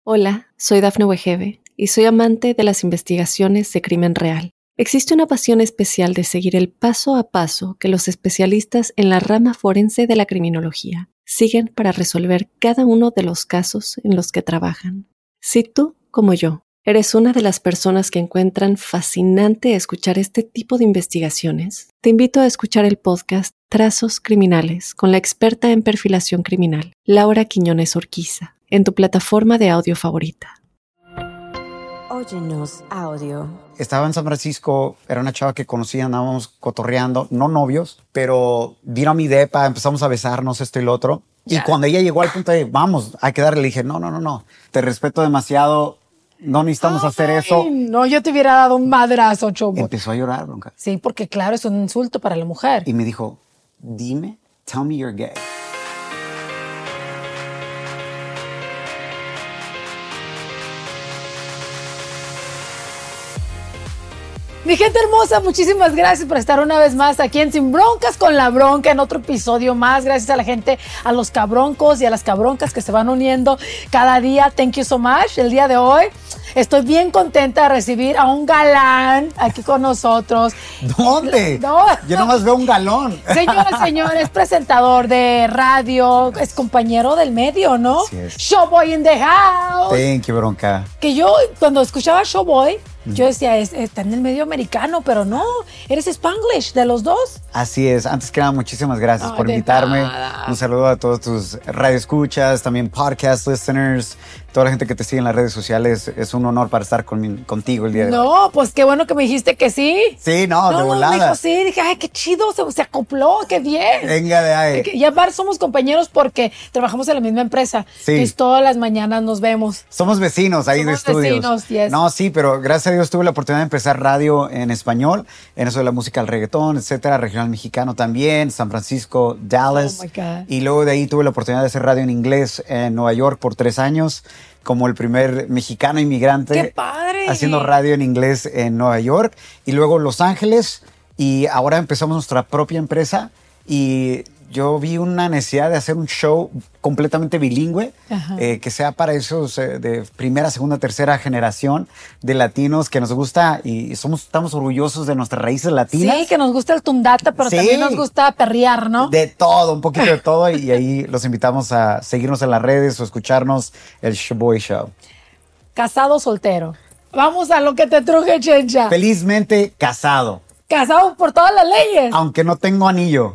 Hola, soy Dafne Wegebe y soy amante de las investigaciones de crimen real. Existe una pasión especial de seguir el paso a paso que los especialistas en la rama forense de la criminología siguen para resolver cada uno de los casos en los que trabajan. Si tú, como yo, eres una de las personas que encuentran fascinante escuchar este tipo de investigaciones, te invito a escuchar el podcast Trazos Criminales con la experta en perfilación criminal, Laura Quiñones Orquiza, en tu plataforma de audio favorita. Óyenos audio. Estaba en San Francisco, era una chava que conocía, andábamos cotorreando, no novios, pero vino a mi depa, empezamos a besarnos esto y lo otro. Y cuando ella llegó al punto de, vamos, hay que darle, le dije, no, te respeto demasiado, no necesitamos hacer eso. No, yo te hubiera dado un madrazo, Chobo. Empezó a llorar, bronca. Sí, porque claro, es un insulto para la mujer. Y me dijo, dime, tell me you're gay. Mi gente hermosa, muchísimas gracias por estar una vez más aquí en Sin Broncas con la Bronca, en otro episodio más. Gracias a la gente, a los cabroncos y a las cabroncas que se van uniendo cada día. Thank you so much. El día de hoy estoy bien contenta de recibir a un galán aquí con nosotros. ¿Dónde? No. Yo nomás veo un galón. Señor, es presentador de radio, es compañero del medio, ¿no? Así es. Showboy in the house. Thank you, bronca. Que yo, cuando escuchaba Showboy, yo decía, está en el medio americano, pero no, eres Spanglish, de los dos. Así es. Antes que nada, muchísimas gracias por de invitarme. nada. Un saludo a todos tus radioescuchas, también podcast listeners, toda la gente que te sigue en las redes sociales. Es un honor para estar contigo el día de hoy. No, pues qué bueno que me dijiste que sí. Sí, no, de volada. Me dijo sí, dije, ay, qué chido, se acopló, qué bien. Venga de ahí. Y aparte somos compañeros porque trabajamos en la misma empresa. Sí. Entonces todas las mañanas nos vemos. Somos vecinos ahí de estudios. Vecinos, yes. No, sí, pero gracias a Dios tuve la oportunidad de empezar radio en español, en eso de la música, el reggaetón, etcétera, regional mexicano también, San Francisco, Dallas. Oh, my God. Y luego de ahí tuve la oportunidad de hacer radio en inglés en Nueva York por 3 años, como el primer mexicano inmigrante. ¡Qué padre! Haciendo radio en inglés en Nueva York. Y luego Los Ángeles. Y ahora empezamos nuestra propia empresa. Y yo vi una necesidad de hacer un show completamente bilingüe, que sea para esos de primera, segunda, tercera generación de latinos que nos gusta y estamos orgullosos de nuestras raíces latinas. Sí, que nos gusta el tundata, pero Sí. también nos gusta perrear, ¿no? De todo, un poquito de todo. Y ahí los invitamos a seguirnos en las redes o escucharnos el Showboy Show. Casado o soltero. Vamos a lo que te truje, Chencha. Felizmente casado, Casado por todas las leyes. aunque no tengo anillo.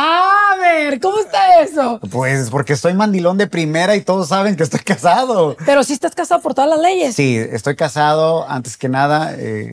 A ver, ¿cómo está eso? Pues porque estoy mandilón de primera y todos saben que estoy casado. Pero sí estás casado por todas las leyes. Sí, estoy casado antes que nada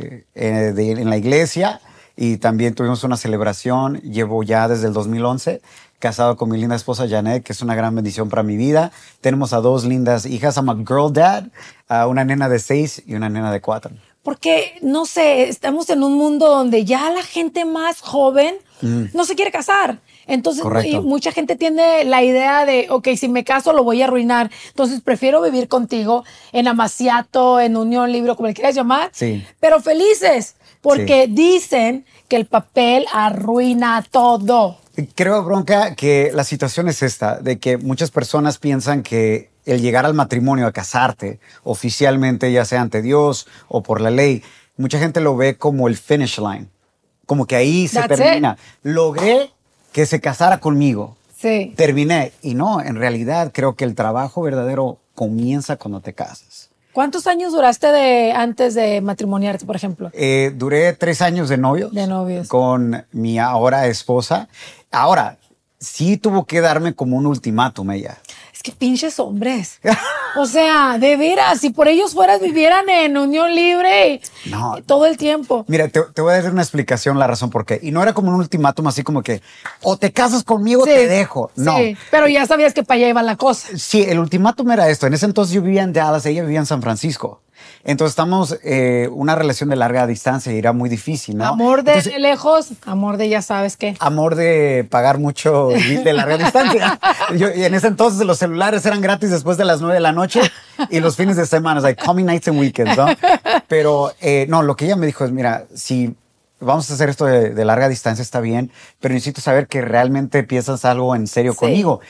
en la iglesia y también tuvimos una celebración. Llevo ya desde el 2011 casado con mi linda esposa Janet, que es una gran bendición para mi vida. Tenemos a 2 lindas hijas, I'm a girl dad, a una nena de 6 y una nena de 4. Porque, no sé, estamos en un mundo donde ya la gente más joven no se quiere casar. Entonces, Correcto. mucha gente tiene la idea de, ok, si me caso lo voy a arruinar. Entonces, prefiero vivir contigo en amaciato, en unión libre, como le quieras llamar. Sí. Pero felices, porque dicen que el papel arruina todo. Creo, bronca, que la situación es esta, de que muchas personas piensan que el llegar al matrimonio, a casarte oficialmente, ya sea ante Dios o por la ley, mucha gente lo ve como el finish line, como que ahí se That's termina. Logré que se casara conmigo, Sí. terminé. Y no, en realidad creo que el trabajo verdadero comienza cuando te casas. ¿Cuántos años duraste antes de matrimoniarte, por ejemplo? Duré 3 años de novios. De novios. Con mi ahora esposa. Ahora, sí tuvo que darme como un ultimátum ella. Es que pinches hombres. O sea, de veras, si por ellos vivieran en unión libre No. todo el tiempo. Mira, te voy a dar una explicación, la razón por qué. Y no era como un ultimátum así como que o te casas conmigo o Sí, te dejo. No. Sí, pero ya sabías que para allá iba la cosa. Sí, el ultimátum era esto. En ese entonces yo vivía en Dallas, ella vivía en San Francisco. Entonces estamos una relación de larga distancia y era muy difícil, ¿no? Amor de Entonces, lejos, amor de ya sabes qué. amor de pagar mucho de larga distancia. Y en ese entonces los celulares eran gratis después de las 9 de la noche y los fines de semana, like coming nights and weekends, ¿no? Pero no, lo que ella me dijo es, mira, si vamos a hacer esto de larga distancia está bien, pero necesito saber que realmente piensas algo en serio Sí. conmigo.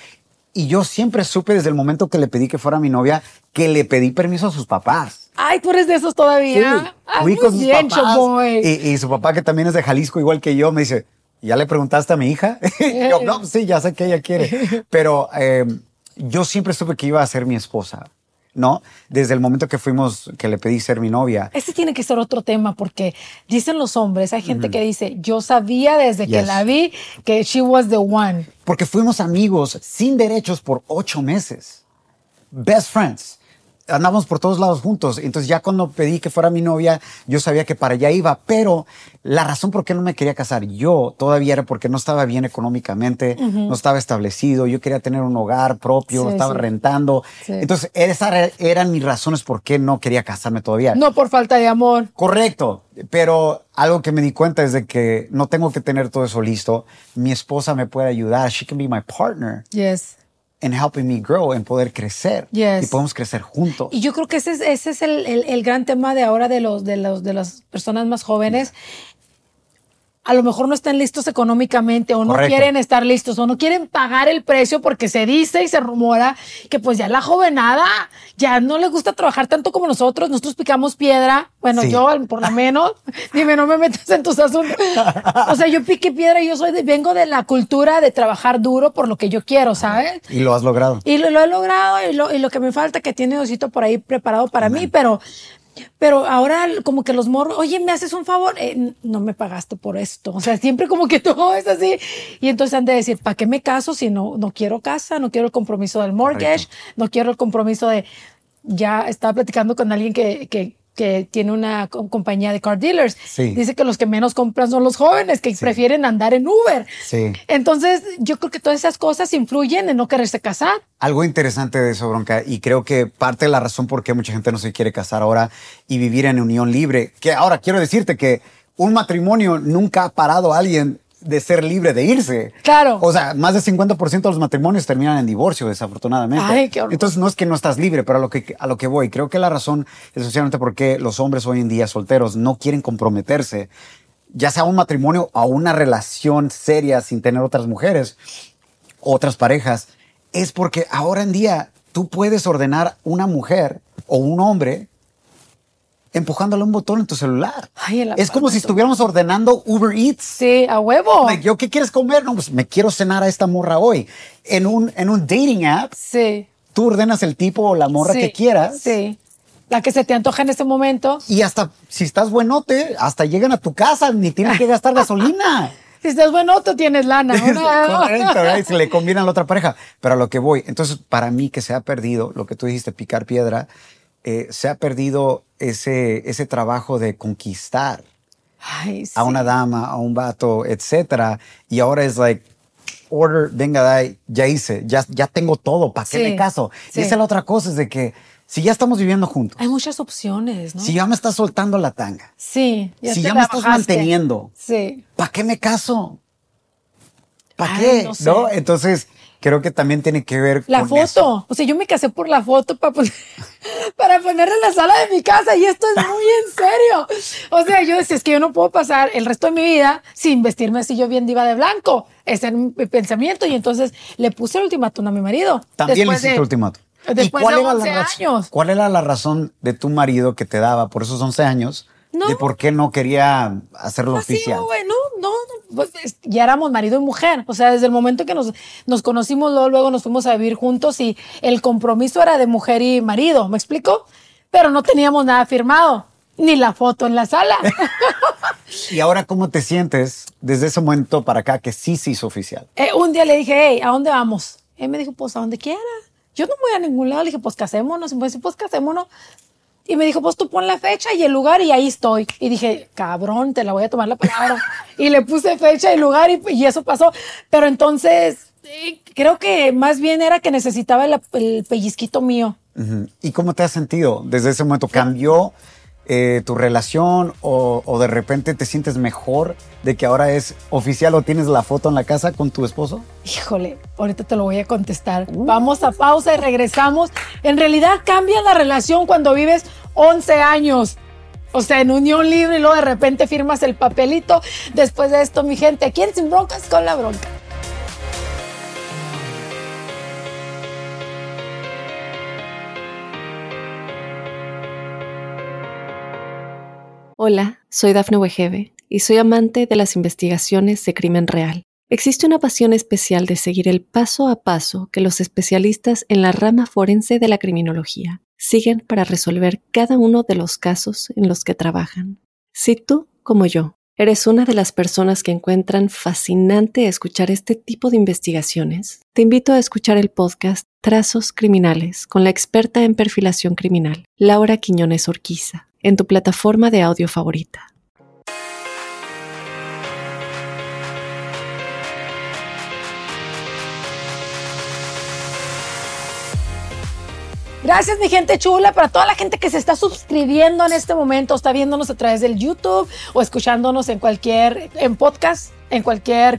Y yo siempre supe desde el momento que le pedí que fuera mi novia, que le pedí permiso a sus papás. Ay, tú eres de esos todavía. Sí, Ay, fui muy con sus bien, papás. Choboy. Y su papá, que también es de Jalisco, igual que yo, me dice, ¿ya le preguntaste a mi hija? Yo, no, sí, ya sé que ella quiere. Pero yo siempre supe que iba a ser mi esposa, ¿no? Desde el momento que le pedí ser mi novia. Ese tiene que ser otro tema porque dicen los hombres, hay gente que dice, yo sabía desde que la vi que she was the one. Porque fuimos amigos sin derechos por 8 meses. Best friends. Andábamos por todos lados juntos. Entonces ya cuando pedí que fuera mi novia, yo sabía que para allá iba. Pero la razón por qué no me quería casar yo todavía era porque no estaba bien económicamente, no estaba establecido. Yo quería tener un hogar propio, estaba rentando. Sí. Entonces esas eran mis razones por qué no quería casarme todavía. No por falta de amor. Correcto. Pero algo que me di cuenta es de que no tengo que tener todo eso listo. Mi esposa me puede ayudar. She can be my partner. Yes. En helping me grow, en poder crecer. Yes. Y podemos crecer juntos. Y yo creo que ese es el gran tema de ahora de las personas más jóvenes. A lo mejor no están listos económicamente o no quieren estar listos o no quieren pagar el precio porque se dice y se rumora que pues ya la jovenada ya no les gusta trabajar tanto como nosotros. Nosotros picamos piedra. Bueno, yo por lo menos, dime, no me metas en tus asuntos. O sea, yo piqué piedra y vengo de la cultura de trabajar duro por lo que yo quiero, ¿sabes? Y lo has logrado. Y lo he logrado y lo que me falta que tiene Diosito por ahí preparado para mí, pero ahora como que los morros, oye, ¿me haces un favor? No me pagaste por esto. O sea, siempre como que todo es así. Y entonces han de decir, ¿para qué me caso si no quiero casa? No quiero el compromiso del mortgage, no quiero el compromiso de... Ya estaba platicando con alguien que tiene una compañía de car dealers. Sí. Dice que los que menos compran son los jóvenes, que prefieren andar en Uber. Sí. Entonces, yo creo que todas esas cosas influyen en no quererse casar. Algo interesante de eso, Bronca, y creo que parte de la razón por qué mucha gente no se quiere casar ahora y vivir en unión libre, que ahora quiero decirte que un matrimonio nunca ha parado a alguien de ser libre de irse. Claro. O sea, más del 50% de los matrimonios terminan en divorcio, desafortunadamente. Ay, qué horror. Entonces, no es que no estás libre, pero a lo que voy. Creo que la razón es especialmente porque los hombres hoy en día solteros no quieren comprometerse, ya sea a un matrimonio o a una relación seria sin tener otras mujeres, otras parejas, es porque ahora en día tú puedes ordenar una mujer o un hombre empujándole un botón en tu celular. Ay, es como si estuviéramos ordenando Uber Eats. Sí, a huevo. ¿Yo qué quieres comer? No, pues me quiero cenar a esta morra hoy. En un dating app, tú ordenas el tipo o la morra que quieras. Sí, la que se te antoja en ese momento. Y hasta, si estás buenote, hasta llegan a tu casa, ni tienes que gastar gasolina. Si estás buenote, tienes lana. Correcto, ¿verdad? Se le conviene a la otra pareja. Pero a lo que voy, entonces, para mí que se ha perdido, lo que tú dijiste, picar piedra, se ha perdido ese trabajo de conquistar a una dama, a un vato, etcétera. Y ahora es like, order, venga, ya hice, ya tengo todo, ¿para qué me caso? Y esa es la otra cosa, es de que si ya estamos viviendo juntos. Hay muchas opciones, ¿no? Si ya me estás soltando la tanga. Sí. Si ya me estás manteniendo. Sí. ¿Para qué me caso? ¿Para qué? No sé. ¿No? Entonces, creo que también tiene que ver la con foto. Eso. O sea, yo me casé por la foto para ponerla en la sala de mi casa y esto es muy en serio. O sea, yo decía, es que yo no puedo pasar el resto de mi vida sin vestirme así yo bien diva de blanco. Ese era mi pensamiento y entonces le puse el ultimátum a mi marido. También le hiciste el ultimátum. Después de 11 años. ¿Cuál era la razón de tu marido que te daba por esos 11 años de por qué no quería hacerlo oficial? Bueno, no, pues, ya éramos marido y mujer. O sea, desde el momento que nos conocimos, luego nos fuimos a vivir juntos y el compromiso era de mujer y marido, ¿me explico? Pero no teníamos nada firmado, ni la foto en la sala. ¿Y ahora cómo te sientes desde ese momento para acá que sí se hizo oficial? Un día le dije, hey, ¿a dónde vamos? Él me dijo, pues a donde quiera. Yo no voy a ningún lado. Le dije, pues casémonos. Y me dijo, pues casémonos. Y me dijo, pues tú pon la fecha y el lugar y ahí estoy. Y dije, cabrón, te la voy a tomar la palabra. Y le puse fecha y lugar y eso pasó. Pero entonces, creo que más bien era que necesitaba el pellizquito mío. Uh-huh. ¿Y cómo te has sentido desde ese momento? ¿Cambió tu relación o de repente te sientes mejor de que ahora es oficial o tienes la foto en la casa con tu esposo? Híjole, ahorita te lo voy a contestar. Vamos a pausa y regresamos. En realidad cambia la relación cuando vives 11 años. O sea, en unión libre y luego de repente firmas el papelito. Después de esto, mi gente, aquí en Sin Broncas con la Bronca. Hola, soy Dafne Wegebe y soy amante de las investigaciones de crimen real. Existe una pasión especial de seguir el paso a paso que los especialistas en la rama forense de la criminología siguen para resolver cada uno de los casos en los que trabajan. Si tú, como yo, eres una de las personas que encuentran fascinante escuchar este tipo de investigaciones, te invito a escuchar el podcast Trazos Criminales con la experta en perfilación criminal, Laura Quiñones Orquiza, en tu plataforma de audio favorita. Gracias, mi gente chula, para toda la gente que se está suscribiendo en este momento, está viéndonos a través del YouTube o escuchándonos en podcast, en cualquier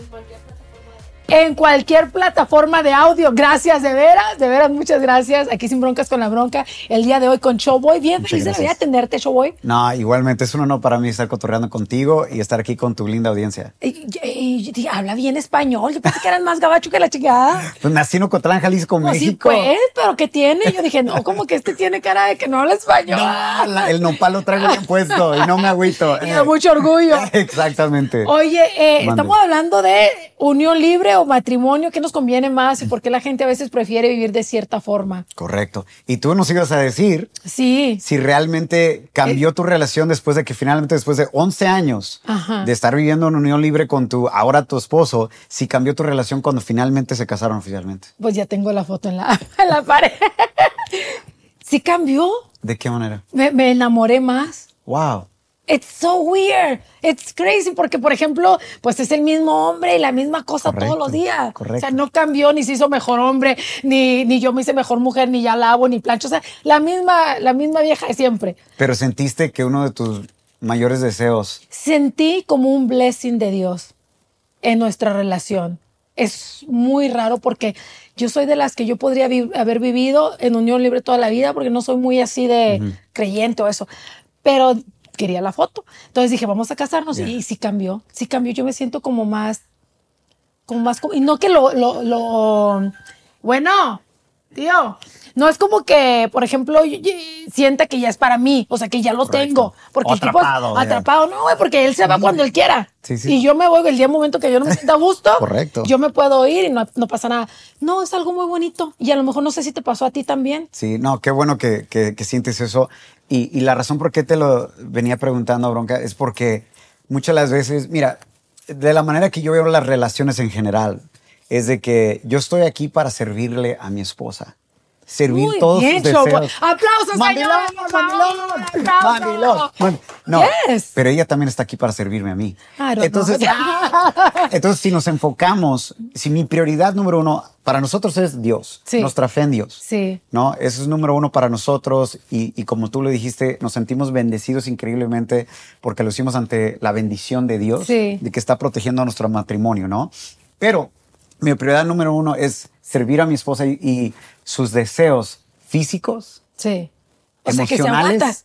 plataforma de audio. Gracias, de veras, muchas gracias. Aquí Sin Broncas con la Bronca, el día de hoy con Showboy. Bien feliz de la vida atenderte, Showboy. No, igualmente, es un honor para mí estar cotorreando contigo y estar aquí con tu linda audiencia. Habla bien español, yo pensé que eran más gabacho que la chingada. Pues nací en Ocotlán, Jalisco, Pues México. sí, pues, pero ¿qué tiene? Yo dije, no, como que este tiene cara de que no habla español. No, el nopal lo traigo bien puesto y no me agüito. Y da mucho orgullo. Exactamente. Oye, estamos hablando de unión libre o matrimonio. ¿Qué nos conviene más y por qué la gente a veces prefiere vivir de cierta forma? Correcto. Y tú nos ibas a decir Sí. si realmente cambió tu relación después de 11 años de estar viviendo en unión libre con ahora tu esposo, si cambió tu relación cuando finalmente se casaron oficialmente. Pues ya tengo la foto en la pared. Sí cambió. ¿De qué manera? Me enamoré más. Wow. It's so weird. It's crazy porque, por ejemplo, pues es el mismo hombre y la misma cosa todos los días. Correcto. O sea, no cambió, ni se hizo mejor hombre, ni yo me hice mejor mujer, ni ya lavo, ni plancho. O sea, la misma vieja de siempre. Pero sentiste que uno de tus mayores deseos... Sentí como un blessing de Dios en nuestra relación. Es muy raro porque yo soy de las que yo podría haber vivido en unión libre toda la vida porque no soy muy así de creyente o eso. Pero quería la foto. Entonces dije, vamos a casarnos. Y sí cambió. Yo me siento como más, y no que bueno, tío, no es como que, por ejemplo, sienta que ya es para mí, o sea, que ya lo tengo. Porque atrapado, no, güey, porque él se va cuando él quiera. Sí. Y yo me voy el momento que yo no me sienta a gusto. Correcto. Yo me puedo ir y no pasa nada. No, es algo muy bonito. Y a lo mejor no sé si te pasó a ti también. Sí, no, qué bueno que sientes eso. Y la razón por qué te lo venía preguntando, Bronca, es porque muchas de las veces, mira, de la manera que yo veo las relaciones en general, es de que yo estoy aquí para servirle a mi esposa. Servir muy todos bien, sus deseos. ¡Aplausos, ¡Mandilón, señor! mandilón! No, Yes. pero ella también está aquí para servirme a mí. Entonces, Entonces, si nos enfocamos, si mi prioridad número uno para nosotros es Dios, nuestra fe en Dios, ¿no? Eso es número uno para nosotros y como tú lo dijiste, nos sentimos bendecidos increíblemente porque lo hicimos ante la bendición de Dios, de que está protegiendo a nuestro matrimonio, ¿no? Pero mi prioridad número uno es servir a mi esposa y sus deseos físicos, emocionales,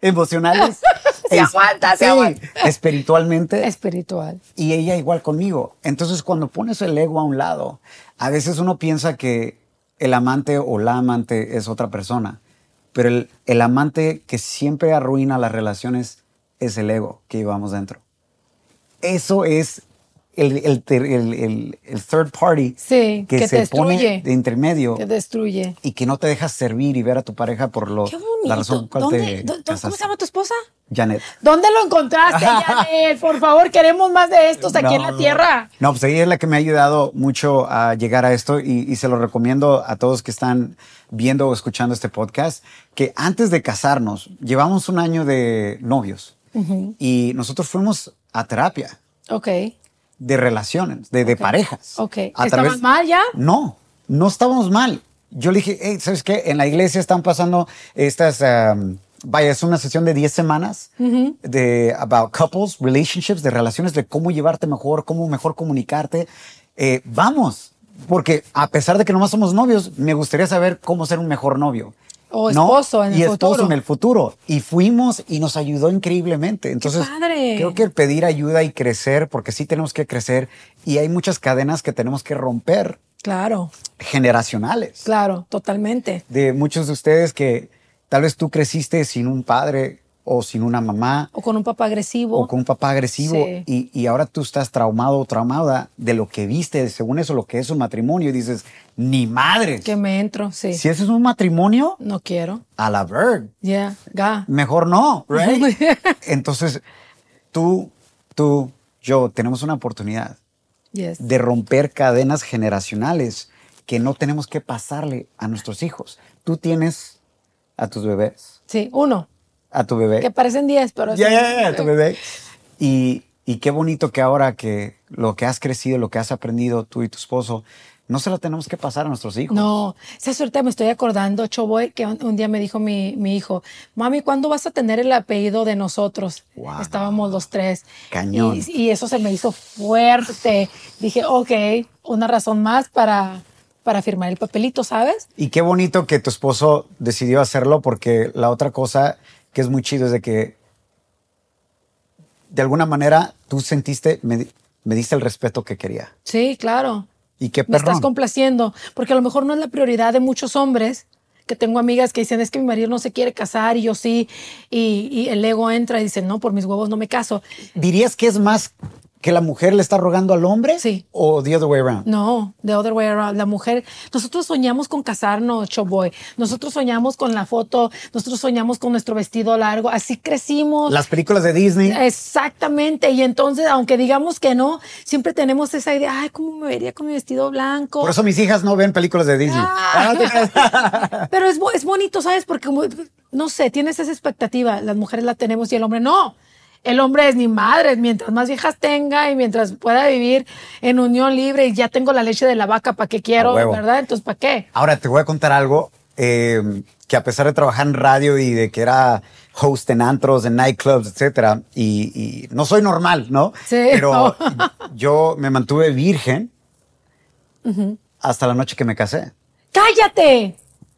se aguanta. espiritualmente. Espiritual. Y ella igual conmigo. Entonces, cuando pones el ego a un lado, a veces uno piensa que el amante o la amante es otra persona, pero el amante que siempre arruina las relaciones es el ego que llevamos dentro. Eso es el third party que se pone de intermedio. Que destruye. Y que no te deja servir y ver a tu pareja por la razón por cual te casaste. ¿Cómo se llama tu esposa? Janet. ¿Dónde lo encontraste, Janet? Por favor, queremos más de estos aquí en la tierra. No, pues ella es la que me ha ayudado mucho a llegar a esto y se lo recomiendo a todos que están viendo o escuchando este podcast, que antes de casarnos, llevamos un año de novios y nosotros fuimos a terapia. Ok. De relaciones, de parejas. Ok. ¿Estabas mal ya? No estábamos mal. Yo le dije, hey, ¿sabes qué? En la iglesia están pasando estas, es una sesión de 10 semanas de about couples, relationships, de relaciones, de cómo llevarte mejor, cómo mejor comunicarte. Vamos, porque a pesar de que nomás somos novios, me gustaría saber cómo ser un mejor novio. O esposo en el futuro. Y esposo en el futuro. Y fuimos y nos ayudó increíblemente. Entonces, creo que el pedir ayuda y crecer, porque sí tenemos que crecer y hay muchas cadenas que tenemos que romper. Claro. Generacionales. Claro, totalmente. De muchos de ustedes que tal vez tú creciste sin un padre o sin una mamá. O con un papá agresivo. O con un papá agresivo. Sí. Y ahora tú estás traumado o traumada de lo que viste, según eso, lo que es un matrimonio. Y dices, ni madre. Que me entro, sí. Si ese es un matrimonio, no quiero. A la verga. Yeah, mejor no, right? Entonces, tú, yo, tenemos una oportunidad de romper cadenas generacionales que no tenemos que pasarle a nuestros hijos. Tú tienes a tus bebés. Sí, uno. A tu bebé. Que parecen 10, pero... a tu bebé. Y qué bonito que ahora que lo que has crecido, lo que has aprendido tú y tu esposo, no se lo tenemos que pasar a nuestros hijos. No, esa suerte me estoy acordando, Choboy, que un día me dijo mi hijo, mami, ¿cuándo vas a tener el apellido de nosotros? Wow. Estábamos los tres. Cañón. Y eso se me hizo fuerte. Dije, ok, una razón más para firmar el papelito, ¿sabes? Y qué bonito que tu esposo decidió hacerlo, porque la otra cosa que es muy chido es de que de alguna manera tú sentiste, me diste el respeto que quería. Sí, claro. Y qué me perrón. estás complaciendo, porque a lo mejor no es la prioridad de muchos hombres, que tengo amigas que dicen, es que mi marido no se quiere casar y yo sí, y el ego entra y dice, no, por mis huevos no me caso. ¿Dirías que es más que la mujer le está rogando al hombre? Sí. ¿O the other way around? No, the other way around. La mujer, nosotros soñamos con casarnos, Choboy. Nosotros soñamos con la foto, nosotros soñamos con nuestro vestido largo. Así crecimos. Las películas de Disney. Exactamente. Y entonces, aunque digamos que no, siempre tenemos esa idea, ay, ¿cómo me vería con mi vestido blanco? Por eso mis hijas no ven películas de Disney. Pero es bonito, ¿sabes? Porque, no sé, tienes esa expectativa. Las mujeres la tenemos y el hombre no. El hombre es mi madre, mientras más viejas tenga y mientras pueda vivir en unión libre y ya tengo la leche de la vaca, ¿para qué quiero? ¿Verdad? Entonces, ¿para qué? Ahora, te voy a contar algo que a pesar de trabajar en radio y de que era host en antros, en nightclubs, etcétera, y no soy normal, ¿no? Sí. Pero yo me mantuve virgen hasta la noche que me casé. ¡Cállate!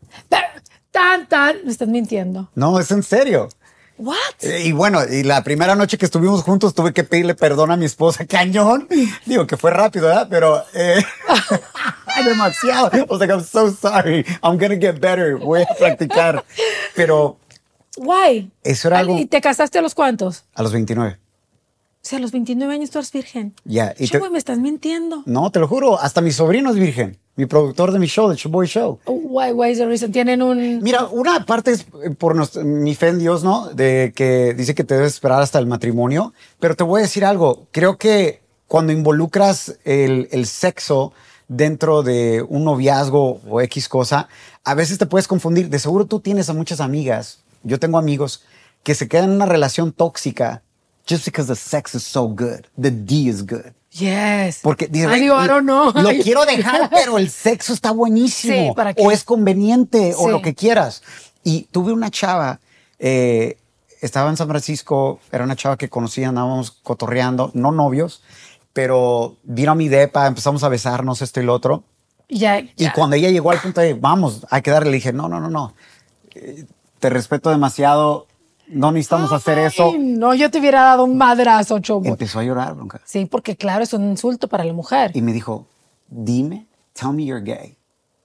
Me estás mintiendo. No, es en serio. What? Y bueno, y la primera noche que estuvimos juntos tuve que pedirle perdón a mi esposa, cañón. Digo que fue rápido, ¿verdad? Pero demasiado. I was like, I'm so sorry. I'm gonna get better. Voy a practicar. Pero Why? Eso era algo. ¿Y te casaste a los cuántos? A los 29. O sea, a los 29 años tú eres virgen. Ya. Yeah, me estás mintiendo. No, te lo juro. Hasta mi sobrino es virgen. Mi productor de mi show, del Choboy Show. Why is the reason? Tienen un... Mira, una parte es por mi fe en Dios, ¿no? De que dice que te debes esperar hasta el matrimonio. Pero te voy a decir algo. Creo que cuando involucras el sexo dentro de un noviazgo o X cosa, a veces te puedes confundir. De seguro tú tienes a muchas amigas. Yo tengo amigos que se quedan en una relación tóxica just because the sex is so good. The D is good. Yes. Porque dice, I don't know. Lo quiero dejar, pero el sexo está buenísimo. Sí, ¿para qué? O es conveniente, Sí. o lo que quieras. Y tuve una chava, estaba en San Francisco, era una chava que conocía, andábamos cotorreando, no novios, pero vino a mi depa, empezamos a besarnos, esto y lo otro. Ya. Y cuando ella llegó al punto de, vamos, hay que darle, le dije, no. Te respeto demasiado, no necesitamos hacer eso. No, yo te hubiera dado un madrazo, Chobo. Empezó a llorar, Bronca. Sí, porque claro, es un insulto para la mujer. Y me dijo, dime, tell me you're gay.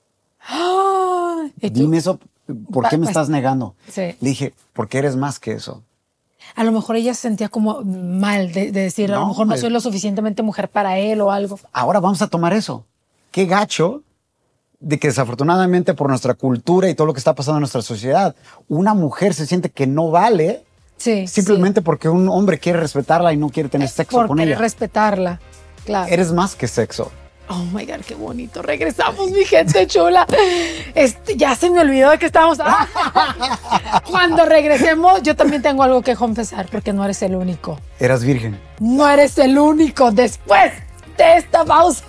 ¿Y tú? Dime eso, ¿por qué me estás negando? Sí. Le dije, porque eres más que eso. A lo mejor ella se sentía como mal de decir, a lo No, mejor no soy lo suficientemente mujer para él o algo. Ahora vamos a tomar eso. Qué gacho de que desafortunadamente por nuestra cultura y todo lo que está pasando en nuestra sociedad, una mujer se siente que no vale Sí. simplemente porque un hombre quiere respetarla y no quiere tener sexo Por con querer ella. respetarla. Claro. Eres más que sexo. Oh my God, qué bonito. Regresamos, mi gente chula. Ya se me olvidó de que estábamos. Cuando regresemos, yo también tengo algo que confesar, porque no eres el único. Eras virgen. No eres el único. Después de esta pausa.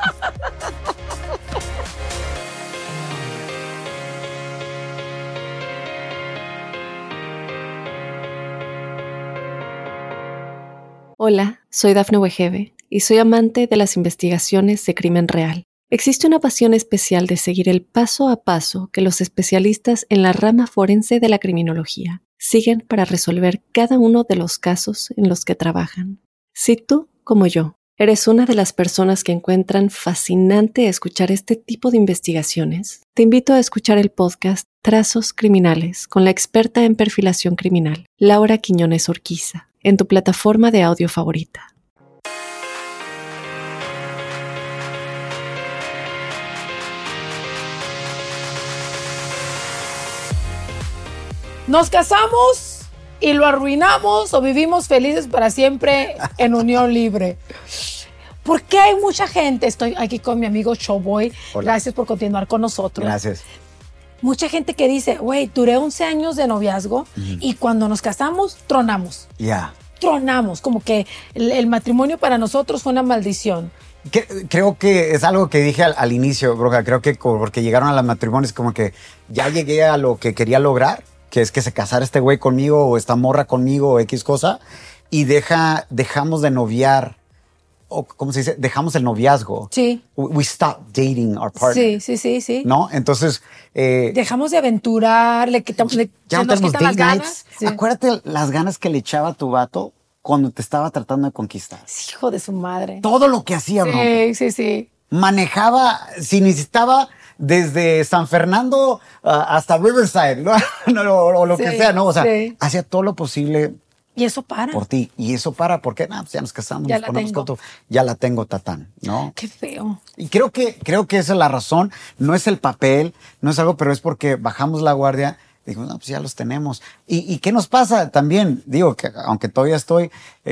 Hola, soy Dafne Wegebe y soy amante de las investigaciones de crimen real. Existe una pasión especial de seguir el paso a paso que los especialistas en la rama forense de la criminología siguen para resolver cada uno de los casos en los que trabajan. Si tú, como yo, eres una de las personas que encuentran fascinante escuchar este tipo de investigaciones, te invito a escuchar el podcast Trazos Criminales con la experta en perfilación criminal, Laura Quiñones Orquiza, en tu plataforma de audio favorita. ¿Nos casamos y lo arruinamos o vivimos felices para siempre en unión libre? ¿Por qué hay mucha gente? Estoy aquí con mi amigo Showboy. Hola. Gracias por continuar con nosotros. Gracias. Mucha gente que dice, güey, duré 11 años de noviazgo y cuando nos casamos, tronamos. Ya. Tronamos, como que el matrimonio para nosotros fue una maldición. Creo que es algo que dije al inicio, Broja. Creo que porque llegaron a los matrimonios como que ya llegué a lo que quería lograr, que es que se casara este güey conmigo o esta morra conmigo o X cosa, y dejamos de noviar, o ¿cómo se dice? Dejamos el noviazgo. Sí. We stopped dating our partner. Sí. ¿No? Entonces... dejamos de aventurar, ya no nos tenemos quitan las date ganas. nights. Sí. Acuérdate las ganas que le echaba a tu vato cuando te estaba tratando de conquistar. Hijo de su madre. Todo lo que hacía, bro. Sí. Manejaba, si necesitaba, desde San Fernando hasta Riverside, ¿no? o lo que sea, ¿no? O sea, hacía todo lo posible Y eso para. por ti. Y eso ¿por qué? Pues ya nos casamos, Ya nos la ponemos tengo. coto, ya la tengo, tatán, ¿no? Qué feo. Y creo que esa es la razón. No es el papel, no es algo, pero es porque bajamos la guardia. Digo, no, pues ya los tenemos. ¿Y qué nos pasa también? Digo, que aunque todavía estoy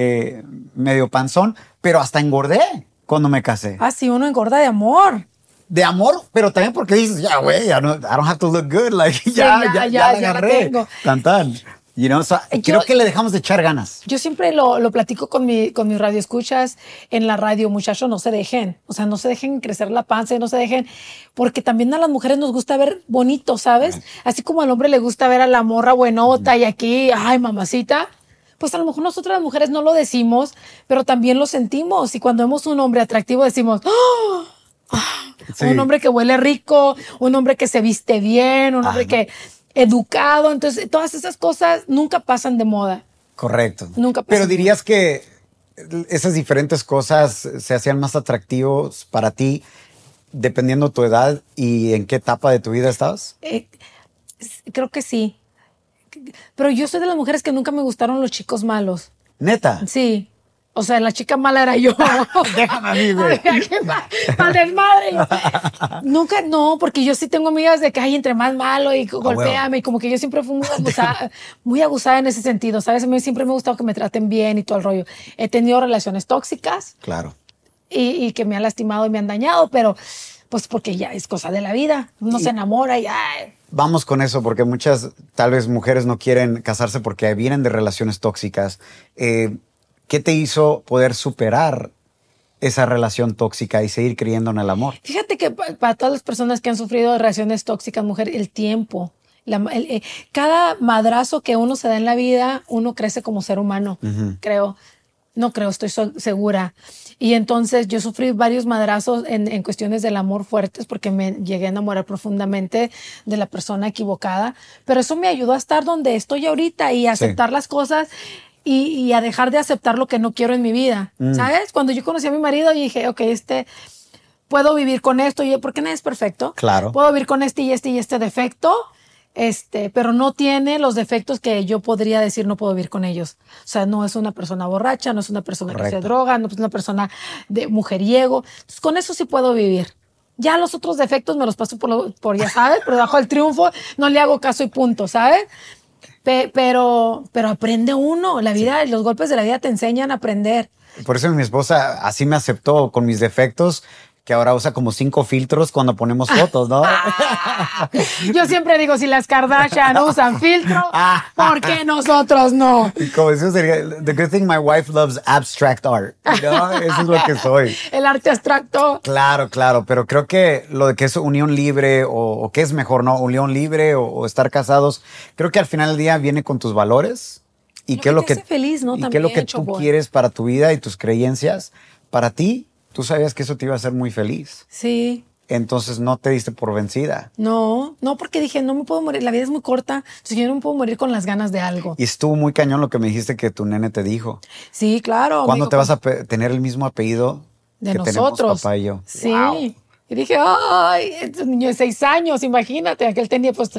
medio panzón, pero hasta engordé cuando me casé. Ah, sí, uno engorda de amor. De amor, pero también porque dices, ya, güey, I don't have to look good. Like, ya la agarré. tengo. Tan. You know, so, creo que le dejamos de echar ganas. Yo siempre lo platico con mis radioescuchas en la radio, muchachos, no se dejen. O sea, no se dejen crecer la panza y no se dejen, porque también a las mujeres nos gusta ver bonito, ¿sabes? Así como al hombre le gusta ver a la morra buenota y aquí, ay, mamacita. Pues a lo mejor nosotras las mujeres no lo decimos, pero también lo sentimos. Y cuando vemos un hombre atractivo decimos, ¡oh! Sí. Un hombre que huele rico, un hombre que se viste bien, un hombre que educado. Entonces, todas esas cosas nunca pasan de moda. Correcto. Nunca pasan Pero de moda. dirías que esas diferentes cosas se hacían más atractivos para ti dependiendo tu edad y en qué etapa de tu vida estabas. Creo que sí. Pero yo soy de las mujeres que nunca me gustaron los chicos malos. Neta. Sí. O sea, la chica mala era yo. Déjame a mí, güey. Mal desmadre. Nunca, no, porque yo sí tengo amigas de que hay entre más malo y golpéame. Y como que yo siempre fui muy abusada en ese sentido, ¿sabes? A mí siempre me ha gustado que me traten bien y todo el rollo. He tenido relaciones tóxicas. Claro. Y que me han lastimado y me han dañado, pero pues porque ya es cosa de la vida. Uno se enamora y ay. Vamos con eso, porque muchas, tal vez, mujeres no quieren casarse porque vienen de relaciones tóxicas. ¿Qué te hizo poder superar esa relación tóxica y seguir creyendo en el amor? Fíjate que para todas las personas que han sufrido de relaciones tóxicas, mujer, el tiempo, cada madrazo que uno se da en la vida, uno crece como ser humano, creo. No creo, estoy segura. Y entonces yo sufrí varios madrazos en cuestiones del amor fuertes porque me llegué a enamorar profundamente de la persona equivocada. Pero eso me ayudó a estar donde estoy ahorita y a aceptar las cosas y a dejar de aceptar lo que no quiero en mi vida. ¿Sabes? Cuando yo conocí a mi marido dije, ok, puedo vivir con esto, porque nadie es perfecto. Claro. Puedo vivir con este defecto. Pero no tiene los defectos que yo podría decir no puedo vivir con ellos. O sea, no es una persona borracha, no es una persona que se droga, no es una persona de mujeriego. Entonces, con eso sí puedo vivir. Ya los otros defectos me los paso por ya sabes, por debajo del triunfo, no le hago caso y punto, ¿sabes? Pero aprende uno. La vida, los golpes de la vida te enseñan a aprender. Por eso mi esposa así me aceptó con mis defectos, que ahora usa como 5 filtros cuando ponemos fotos, ¿no? Yo siempre digo, si las Kardashian usan filtro, ¿por qué nosotros no? Y como eso sería, the good thing my wife loves abstract art, ¿no? Eso es lo que soy. El arte abstracto. Claro, pero creo que lo de que es unión libre o qué es mejor, ¿no? Unión libre o estar casados, creo que al final del día viene con tus valores y qué es lo que te hace feliz, ¿no? y qué es lo que tú quieres para tu vida y tus creencias. Para ti, tú sabías que eso te iba a hacer muy feliz. Sí. Entonces no te diste por vencida. No, porque dije, no me puedo morir, la vida es muy corta, entonces yo no me puedo morir con las ganas de algo. Y estuvo muy cañón lo que me dijiste que tu nene te dijo. Sí, claro. ¿Cuándo te vas a tener el mismo apellido de que nosotros? tenemos papá y yo? Sí. Wow. Y dije, ay, es un niño de 6 años, imagínate, aquel tenía pues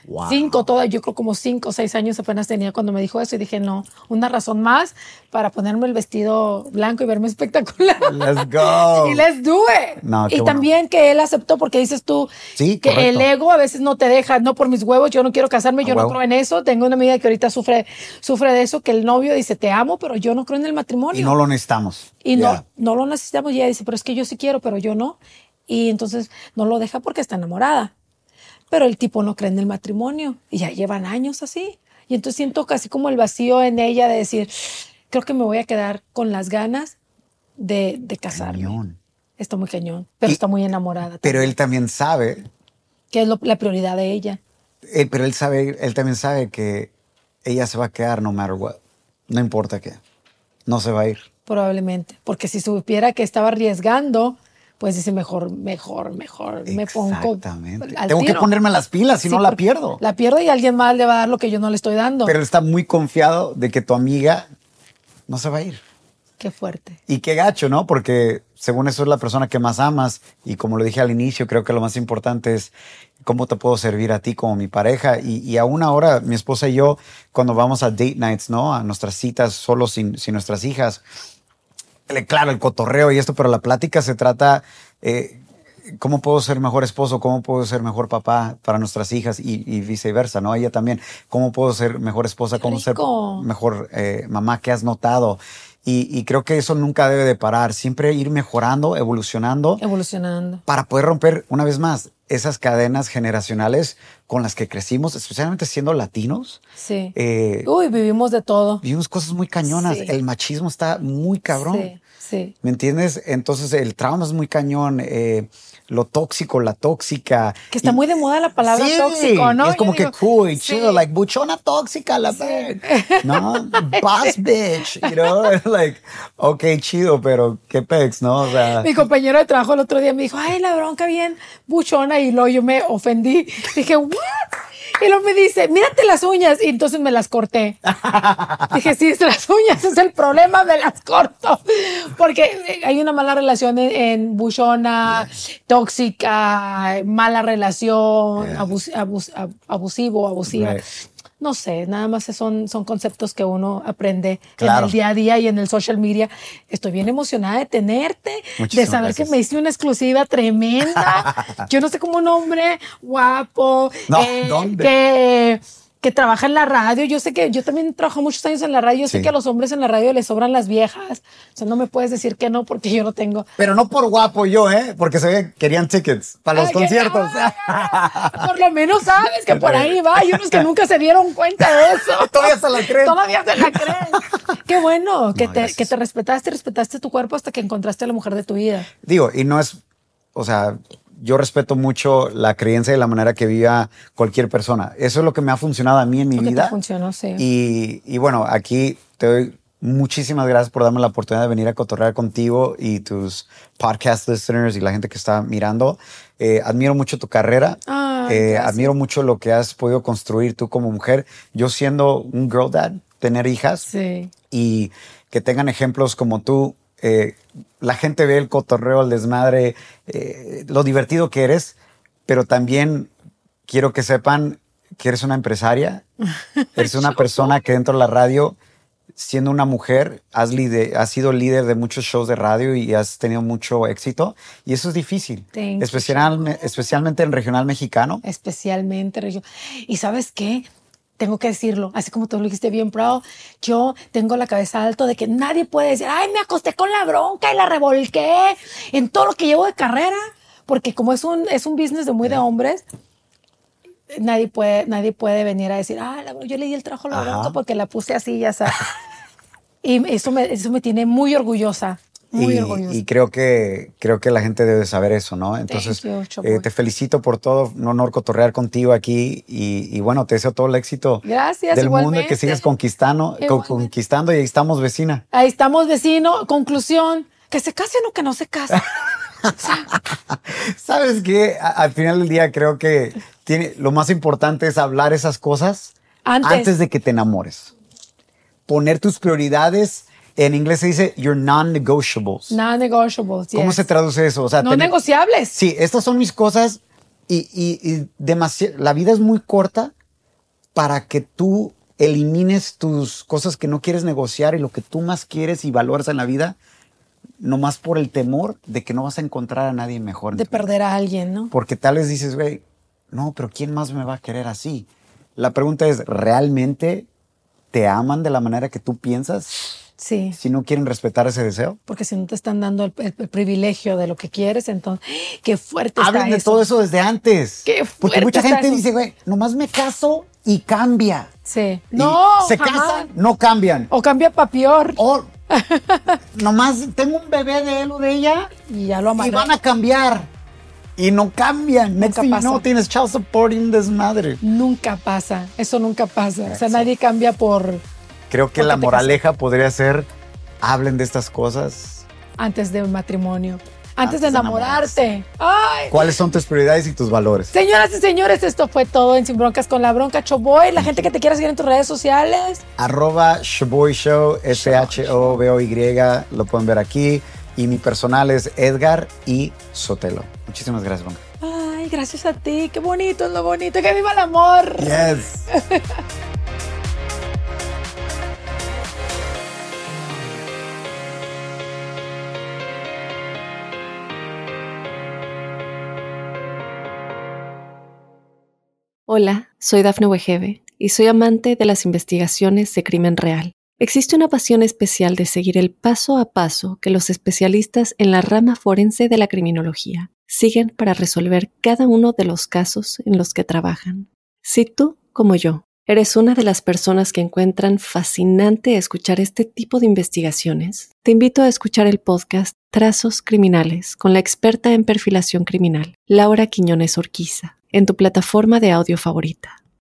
5, yo creo como 5 o 6 años apenas tenía cuando me dijo eso y dije, no, una razón más para ponerme el vestido blanco y verme espectacular. Let's go. Y let's do it. No, y también que él aceptó, porque dices tú sí, que correcto. el ego a veces no te deja, no por mis huevos, yo no quiero casarme, yo no creo en eso. Tengo una amiga que ahorita sufre de eso, que el novio dice, te amo, pero yo no creo en el matrimonio. Y no lo necesitamos. Y no lo necesitamos. Y ella dice, pero es que yo sí quiero, pero yo no. Y entonces no lo deja porque está enamorada. Pero el tipo no cree en el matrimonio. Y ya llevan años así. Y entonces siento casi como el vacío en ella de decir, creo que me voy a quedar con las ganas de casarme. Cañón. Está muy cañón, pero está muy enamorada. Pero él también sabe. Que es la prioridad de ella. Pero él también sabe que ella se va a quedar no matter what. No importa qué. No se va a ir. Probablemente. Porque si supiera que estaba arriesgando, pues dice, mejor me pongo. Exactamente. Tengo que ponerme las pilas, si no la pierdo. La pierdo y alguien más le va a dar lo que yo no le estoy dando. Pero él está muy confiado de que tu amiga no se va a ir. Qué fuerte. Y qué gacho, ¿no? Porque según eso es la persona que más amas. Y como lo dije al inicio, creo que lo más importante es cómo te puedo servir a ti como mi pareja. Y aún ahora, mi esposa y yo, cuando vamos a date nights, ¿no? A nuestras citas solo sin nuestras hijas. Claro, el cotorreo y esto, pero la plática se trata cómo puedo ser mejor esposo, cómo puedo ser mejor papá para nuestras hijas y viceversa, ¿no? Ella también, cómo puedo ser mejor esposa, cómo ser mejor mamá, ¿qué has notado? Y creo que eso nunca debe de parar, siempre ir mejorando, evolucionando. Para poder romper, una vez más, esas cadenas generacionales con las que crecimos, especialmente siendo latinos. Sí. Vivimos de todo. Vivimos cosas muy cañonas. Sí. El machismo está muy cabrón. Sí, sí. ¿Me entiendes? Entonces el trauma es muy cañón. Lo tóxico, la tóxica. Que está muy de moda la palabra tóxico, ¿no? Es como que cool y chido, like buchona tóxica, la verga. ¿No? Boss bitch, you know? Like, ok, chido, pero qué pex, ¿no? O sea. Mi compañero de trabajo el otro día me dijo, ay, la bronca bien buchona, y luego yo me ofendí. Dije, ¿what? Y luego me dice, mírate las uñas. Y entonces me las corté. Dije, sí, es las uñas, es el problema, me las corto. Porque hay una mala relación en buchona, tóxica, mala relación, abusiva. Right. No sé, nada más son conceptos que uno aprende en el día a día y en el social media. Estoy bien emocionada de tenerte, de saber que me hiciste una exclusiva tremenda. Yo no sé cómo un hombre guapo, que trabaja en la radio. Yo sé que yo también trabajo muchos años en la radio. Yo sé que a los hombres en la radio les sobran las viejas. O sea, no me puedes decir que no porque yo no tengo. Pero no por guapo yo, porque se ve querían tickets para los conciertos. Por lo menos sabes que por ahí va. Hay unos que nunca se dieron cuenta de eso. Todavía se la creen. Todavía se la creen. Qué bueno que te respetaste tu cuerpo hasta que encontraste a la mujer de tu vida. Digo, y no es, o sea, yo respeto mucho la creencia y la manera que viva cualquier persona. Eso es lo que me ha funcionado a mí en mi vida. Te funcionó, sí. Y bueno, aquí te doy muchísimas gracias por darme la oportunidad de venir a cotorrear contigo y tus podcast listeners y la gente que está mirando. Admiro mucho tu carrera. Admiro mucho lo que has podido construir tú como mujer. Yo siendo un girl dad, tener hijas y que tengan ejemplos como tú. La gente ve el cotorreo, el desmadre, lo divertido que eres, pero también quiero que sepan que eres una empresaria, eres una persona que dentro de la radio, siendo una mujer, has sido líder de muchos shows de radio y has tenido mucho éxito, y eso es difícil, especialmente en regional mexicano. ¿Y sabes qué? Tengo que decirlo, así como tú lo dijiste bien, proud, yo tengo la cabeza alta de que nadie puede decir, ay, me acosté con la bronca y la revolqué en todo lo que llevo de carrera, porque como es un business de muy de hombres, nadie puede venir a decir, yo le di el trabajo a la bronca porque la puse así, ya sabes. Y eso me tiene muy orgullosa. Y creo que la gente debe saber eso, ¿no? Entonces, te felicito por todo. Un honor cotorrear contigo aquí. Y bueno, te deseo todo el éxito del mundo y que sigas conquistando. Y ahí estamos, vecina. Ahí estamos, vecino. Conclusión, que se casen o que no se casen. ¿Sabes qué? Al final del día creo que lo más importante es hablar esas cosas antes de que te enamores. Poner tus prioridades En inglés se dice your non-negotiables. Non-negotiables, yes. ¿Cómo se traduce eso? O sea, no negociables. Sí, estas son mis cosas la vida es muy corta para que tú elimines tus cosas que no quieres negociar y lo que tú más quieres y valoras en la vida, nomás por el temor de que no vas a encontrar a nadie mejor. De perder a alguien, ¿no? Porque tal vez dices, güey, no, pero ¿quién más me va a querer así? La pregunta es, ¿realmente te aman de la manera que tú piensas? Sí. Si no quieren respetar ese deseo. Porque si no te están dando el privilegio de lo que quieres, entonces, qué fuerte está eso. Hablen de todo eso desde antes. Qué fuerte. Porque mucha está gente eso. dice, güey, nomás me caso y cambia. Sí. Y No, se jamás. casan, no cambian. O cambia para peor. O nomás tengo un bebé de él o de ella Y ya lo y amarran. van a cambiar. Y no cambian. Nunca pasa. No tienes child support y un desmadre. Nunca pasa. Eso nunca pasa. O sea, Eso. nadie cambia por Creo que ¿Por qué la te moraleja podría ser, hablen de estas cosas. antes de un matrimonio. Antes de de enamorarte. Ay. ¿Cuáles son tus prioridades y tus valores? Señoras y señores, esto fue todo en Sin Broncas con la Bronca Choboy. La gente que te quiera seguir en tus redes sociales. @Shoboy Show, SHOBOY, lo pueden ver aquí. Y mi personal es Edgar y Sotelo. Muchísimas gracias, Bronca. Ay, gracias a ti. Qué bonito es lo bonito. Que viva el amor. Yes. Hola, soy Dafne Wegebe y soy amante de las investigaciones de crimen real. Existe una pasión especial de seguir el paso a paso que los especialistas en la rama forense de la criminología siguen para resolver cada uno de los casos en los que trabajan. Si tú, como yo, eres una de las personas que encuentran fascinante escuchar este tipo de investigaciones, te invito a escuchar el podcast Trazos Criminales con la experta en perfilación criminal, Laura Quiñones Orquiza, en tu plataforma de audio favorita.